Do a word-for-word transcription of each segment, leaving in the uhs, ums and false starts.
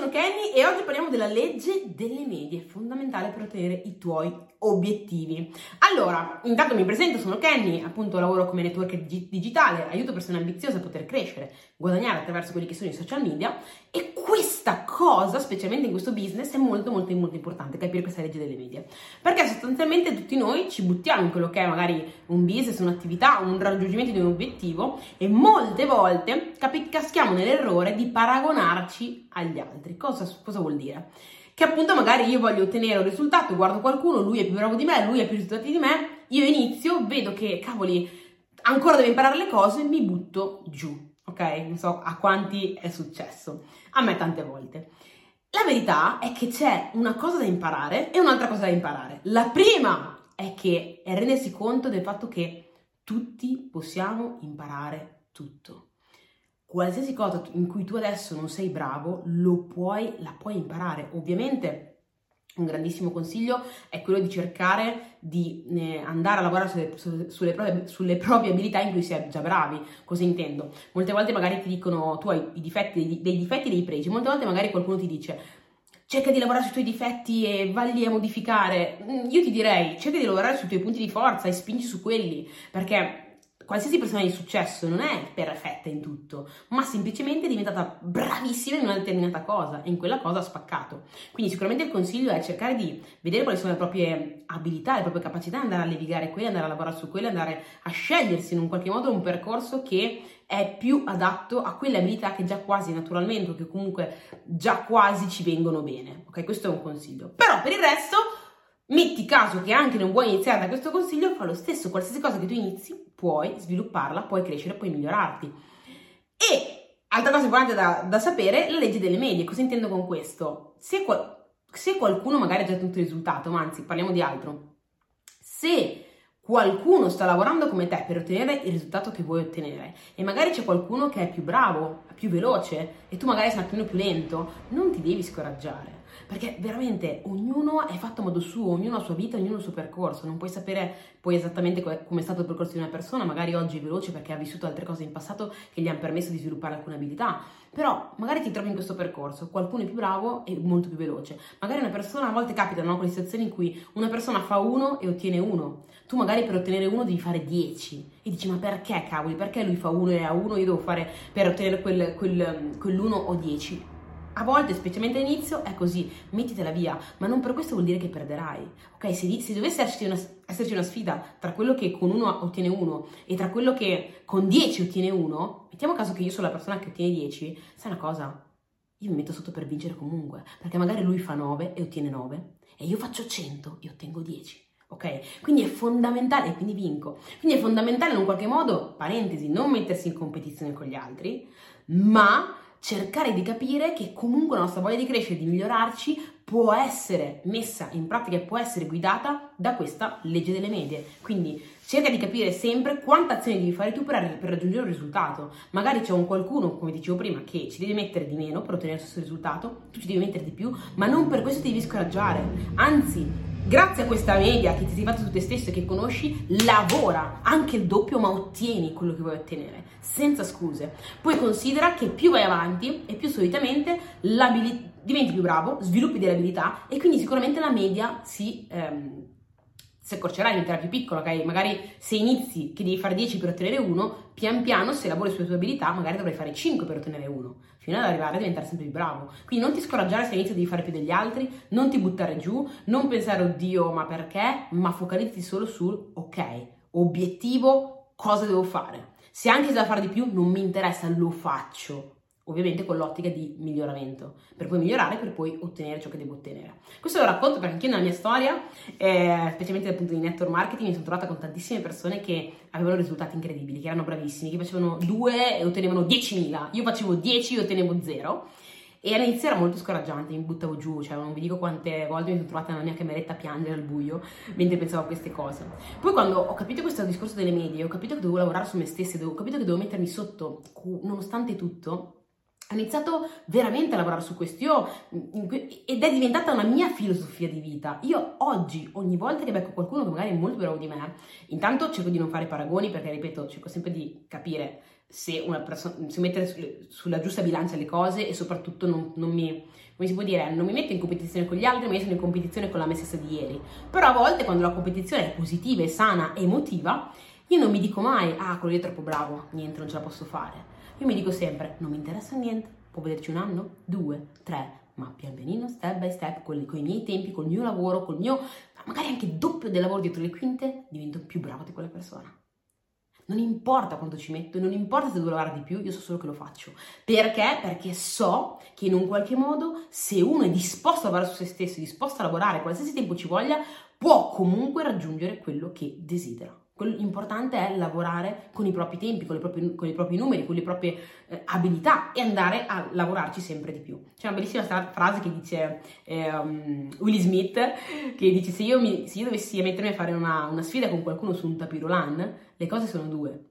sono Kenny e oggi parliamo della legge delle medie, fondamentale per ottenere i tuoi obiettivi. Allora, intanto mi presento, sono Kenny, appunto lavoro come networker digitale, aiuto persone ambiziose a poter crescere, guadagnare attraverso quelli che sono i social media, e questa cosa, specialmente in questo business, è molto molto molto importante, capire questa legge delle medie, perché sostanzialmente tutti noi ci buttiamo in quello che è magari un business, un'attività, un raggiungimento di un obiettivo, e molte volte capi- caschiamo nell'errore di paragonarci agli altri. Cosa, cosa vuol dire? Che appunto magari io voglio ottenere un risultato, guardo qualcuno, lui è più bravo di me, lui ha più risultati di me, io inizio, vedo che cavoli ancora deve imparare le cose, mi butto giù, ok? Non so a quanti è successo, a me tante volte. La verità è che c'è una cosa da imparare e un'altra cosa da imparare. La prima è che è rendersi conto del fatto che tutti possiamo imparare tutto. Qualsiasi cosa in cui tu adesso non sei bravo, lo puoi, la puoi imparare. Ovviamente un grandissimo consiglio è quello di cercare di eh, andare a lavorare sulle, su, sulle, proprie, sulle proprie abilità in cui si è già bravi. Cosa intendo? Molte volte magari ti dicono, tu hai i difetti, dei, dei difetti e dei pregi, molte volte magari qualcuno ti dice cerca di lavorare sui tuoi difetti e valli a modificare. Io ti direi cerca di lavorare sui tuoi punti di forza e spingi su quelli, perché qualsiasi persona di successo non è perfetta in tutto, ma semplicemente è diventata bravissima in una determinata cosa e in quella cosa ha spaccato. Quindi sicuramente il consiglio è cercare di vedere quali sono le proprie abilità, le proprie capacità, andare a levigare quelle, andare a lavorare su quelle, andare a scegliersi in un qualche modo un percorso che è più adatto a quelle abilità che già quasi naturalmente o che comunque già quasi ci vengono bene. Ok, questo è un consiglio. Però per il resto, metti caso che anche non vuoi iniziare da questo consiglio, fa lo stesso, qualsiasi cosa che tu inizi puoi svilupparla, puoi crescere, puoi migliorarti. E altra cosa importante da, da sapere, la legge delle medie. Cosa intendo con questo? Se, qual- se qualcuno magari ha già ottenuto il risultato, ma anzi parliamo di altro, se qualcuno sta lavorando come te per ottenere il risultato che vuoi ottenere e magari c'è qualcuno che è più bravo, più veloce e tu magari sei un attimino più lento, non ti devi scoraggiare. Perché veramente ognuno è fatto a modo suo, ognuno ha la sua vita, ognuno ha il suo percorso, non puoi sapere poi esattamente come è stato il percorso di una persona, magari oggi è veloce perché ha vissuto altre cose in passato che gli hanno permesso di sviluppare alcune abilità, però magari ti trovi in questo percorso, qualcuno è più bravo e molto più veloce, magari una persona, a volte capitano no, quelle situazioni in cui una persona fa uno e ottiene uno, tu magari per ottenere uno devi fare dieci e dici ma perché cavoli, perché lui fa uno e ha uno, io devo fare per ottenere quel, quel, quell'uno o dieci? A volte, specialmente all'inizio, è così, mettitela via, ma non per questo vuol dire che perderai, ok? Se, se dovesse esserci una, esserci una sfida tra quello che con uno ottiene uno e tra quello che con dieci ottiene uno, mettiamo caso che io sono la persona che ottiene dieci, sai una cosa? Io mi metto sotto per vincere comunque, perché magari lui fa nove e ottiene nove, e io faccio cento e ottengo dieci. Ok? Quindi è fondamentale, e quindi vinco. Quindi è fondamentale in un qualche modo, parentesi, non mettersi in competizione con gli altri, ma cercare di capire che comunque la nostra voglia di crescere, di migliorarci, può essere messa in pratica e può essere guidata da questa legge delle medie. Quindi cerca di capire sempre quante azioni devi fare tu per, per raggiungere un risultato. Magari c'è un qualcuno, come dicevo prima, che ci deve mettere di meno per ottenere lo stesso risultato, tu ci devi mettere di più, ma non per questo ti devi scoraggiare. Anzi, grazie a questa media che ti sei fatta su te stesso e che conosci, lavora anche il doppio, ma ottieni quello che vuoi ottenere, senza scuse. Poi considera che più vai avanti e più solitamente diventi più bravo, sviluppi delle abilità e quindi sicuramente la media si, ehm, si accorcerà, diventerà più piccola, ok? Magari se inizi che devi fare dieci per ottenere uno, pian piano se lavori sulle tue abilità magari dovrai fare cinque per ottenere uno, fino ad arrivare a diventare sempre più bravo. Quindi non ti scoraggiare se inizi devi fare più degli altri, non ti buttare giù, non pensare oddio ma perché, ma focalizzati solo sul ok, obiettivo, cosa devo fare. Se anche c'è da fare di più non mi interessa, lo faccio. Ovviamente con l'ottica di miglioramento, per poi migliorare, per poi ottenere ciò che devo ottenere. Questo lo racconto perché anch'io nella mia storia, eh, specialmente dal punto di network marketing, mi sono trovata con tantissime persone che avevano risultati incredibili, che erano bravissimi, che facevano due e ottenevano diecimila, io facevo dieci e ottenevo zero, e all'inizio era molto scoraggiante, mi buttavo giù, cioè non vi dico quante volte mi sono trovata nella mia cameretta a piangere al buio mentre pensavo a queste cose. Poi quando ho capito questo discorso delle medie, ho capito che dovevo lavorare su me stessa, ho capito che dovevo mettermi sotto, nonostante tutto, ho iniziato veramente a lavorare su questo io, ed è diventata una mia filosofia di vita. Io oggi, ogni volta che becco qualcuno che magari è molto bravo di me, intanto cerco di non fare paragoni perché, ripeto, cerco sempre di capire se una persona si mette sulle, sulla giusta bilancia le cose e soprattutto non, non mi, come si può dire, non mi metto in competizione con gli altri, ma io sono in competizione con la me stessa di ieri. Però a volte quando la competizione è positiva, è sana, è emotiva, io non mi dico mai, ah, quello lì è troppo bravo, niente, non ce la posso fare. Io mi dico sempre, non mi interessa niente, può vederci un anno, due, tre, ma pian pianino, step by step, con, con i miei tempi, col mio lavoro, col mio, magari anche doppio del lavoro dietro le quinte, divento più bravo di quella persona. Non importa quanto ci metto, non importa se devo lavorare di più, io so solo che lo faccio. Perché? Perché so che in un qualche modo, se uno è disposto a lavorare su se stesso, è disposto a lavorare qualsiasi tempo ci voglia, può comunque raggiungere quello che desidera. L'importante è lavorare con i propri tempi, con, le proprie, con i propri numeri, con le proprie eh, abilità e andare a lavorarci sempre di più. C'è una bellissima frase che dice eh, um, Will Smith, che dice se io, mi, se io dovessi mettermi a fare una, una sfida con qualcuno su un tapirulan, le cose sono due.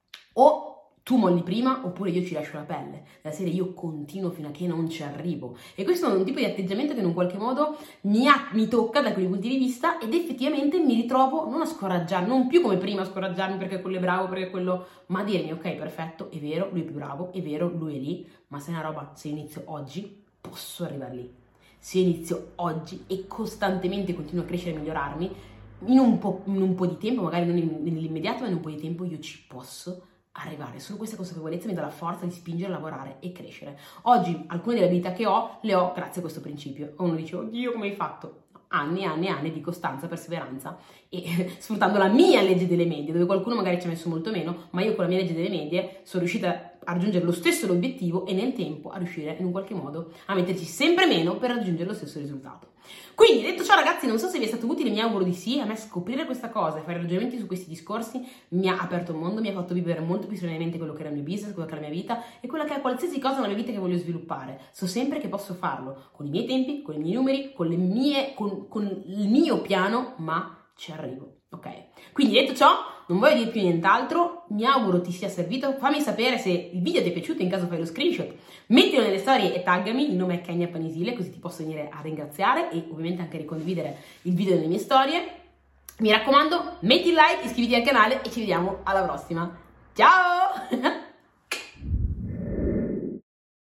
O tu molli prima oppure io ci lascio la pelle. La serie io continuo fino a che non ci arrivo. E questo è un tipo di atteggiamento che in un qualche modo mi, ha, mi tocca da alcuni punti di vista ed effettivamente mi ritrovo non a scoraggiarmi, non più come prima a scoraggiarmi perché quello è bravo, perché quello... ma a dirmi ok, perfetto, è vero, lui è più bravo, è vero, lui è lì, ma se è una roba, se inizio oggi, posso arrivare lì. Se inizio oggi e costantemente continuo a crescere e migliorarmi, in un po', in un po' di tempo, magari non in, nell'immediato, ma in un po' di tempo io ci posso arrivare. Solo questa consapevolezza mi dà la forza di spingere, lavorare e crescere. Oggi alcune delle abilità che ho le ho grazie a questo principio. Uno dice, oddio, come hai fatto? Anni e anni e anni di costanza, perseveranza e sfruttando la mia legge delle medie, dove qualcuno magari ci ha messo molto meno, ma io con la mia legge delle medie sono riuscita a raggiungere lo stesso l'obiettivo e nel tempo a riuscire in un qualche modo a metterci sempre meno per raggiungere lo stesso risultato. Quindi, detto ciò ragazzi, non so se vi è stato utile, mi auguro di sì. A me scoprire questa cosa e fare ragionamenti su questi discorsi mi ha aperto il mondo, mi ha fatto vivere molto più serenamente quello che era il mio business, quella che è la mia vita e quella che è qualsiasi cosa nella mia vita che voglio sviluppare. So sempre che posso farlo con i miei tempi, con i miei numeri, con le mie, con, con il mio piano, ma ci arrivo. Ok? Quindi detto ciò, non voglio dire più nient'altro, mi auguro ti sia servito, fammi sapere se il video ti è piaciuto, in caso fai lo screenshot, mettilo nelle storie e taggami, il nome è Kenya Panisile, così ti posso venire a ringraziare e ovviamente anche ricondividere il video nelle mie storie. Mi raccomando, metti il like, iscriviti al canale e ci vediamo alla prossima. Ciao!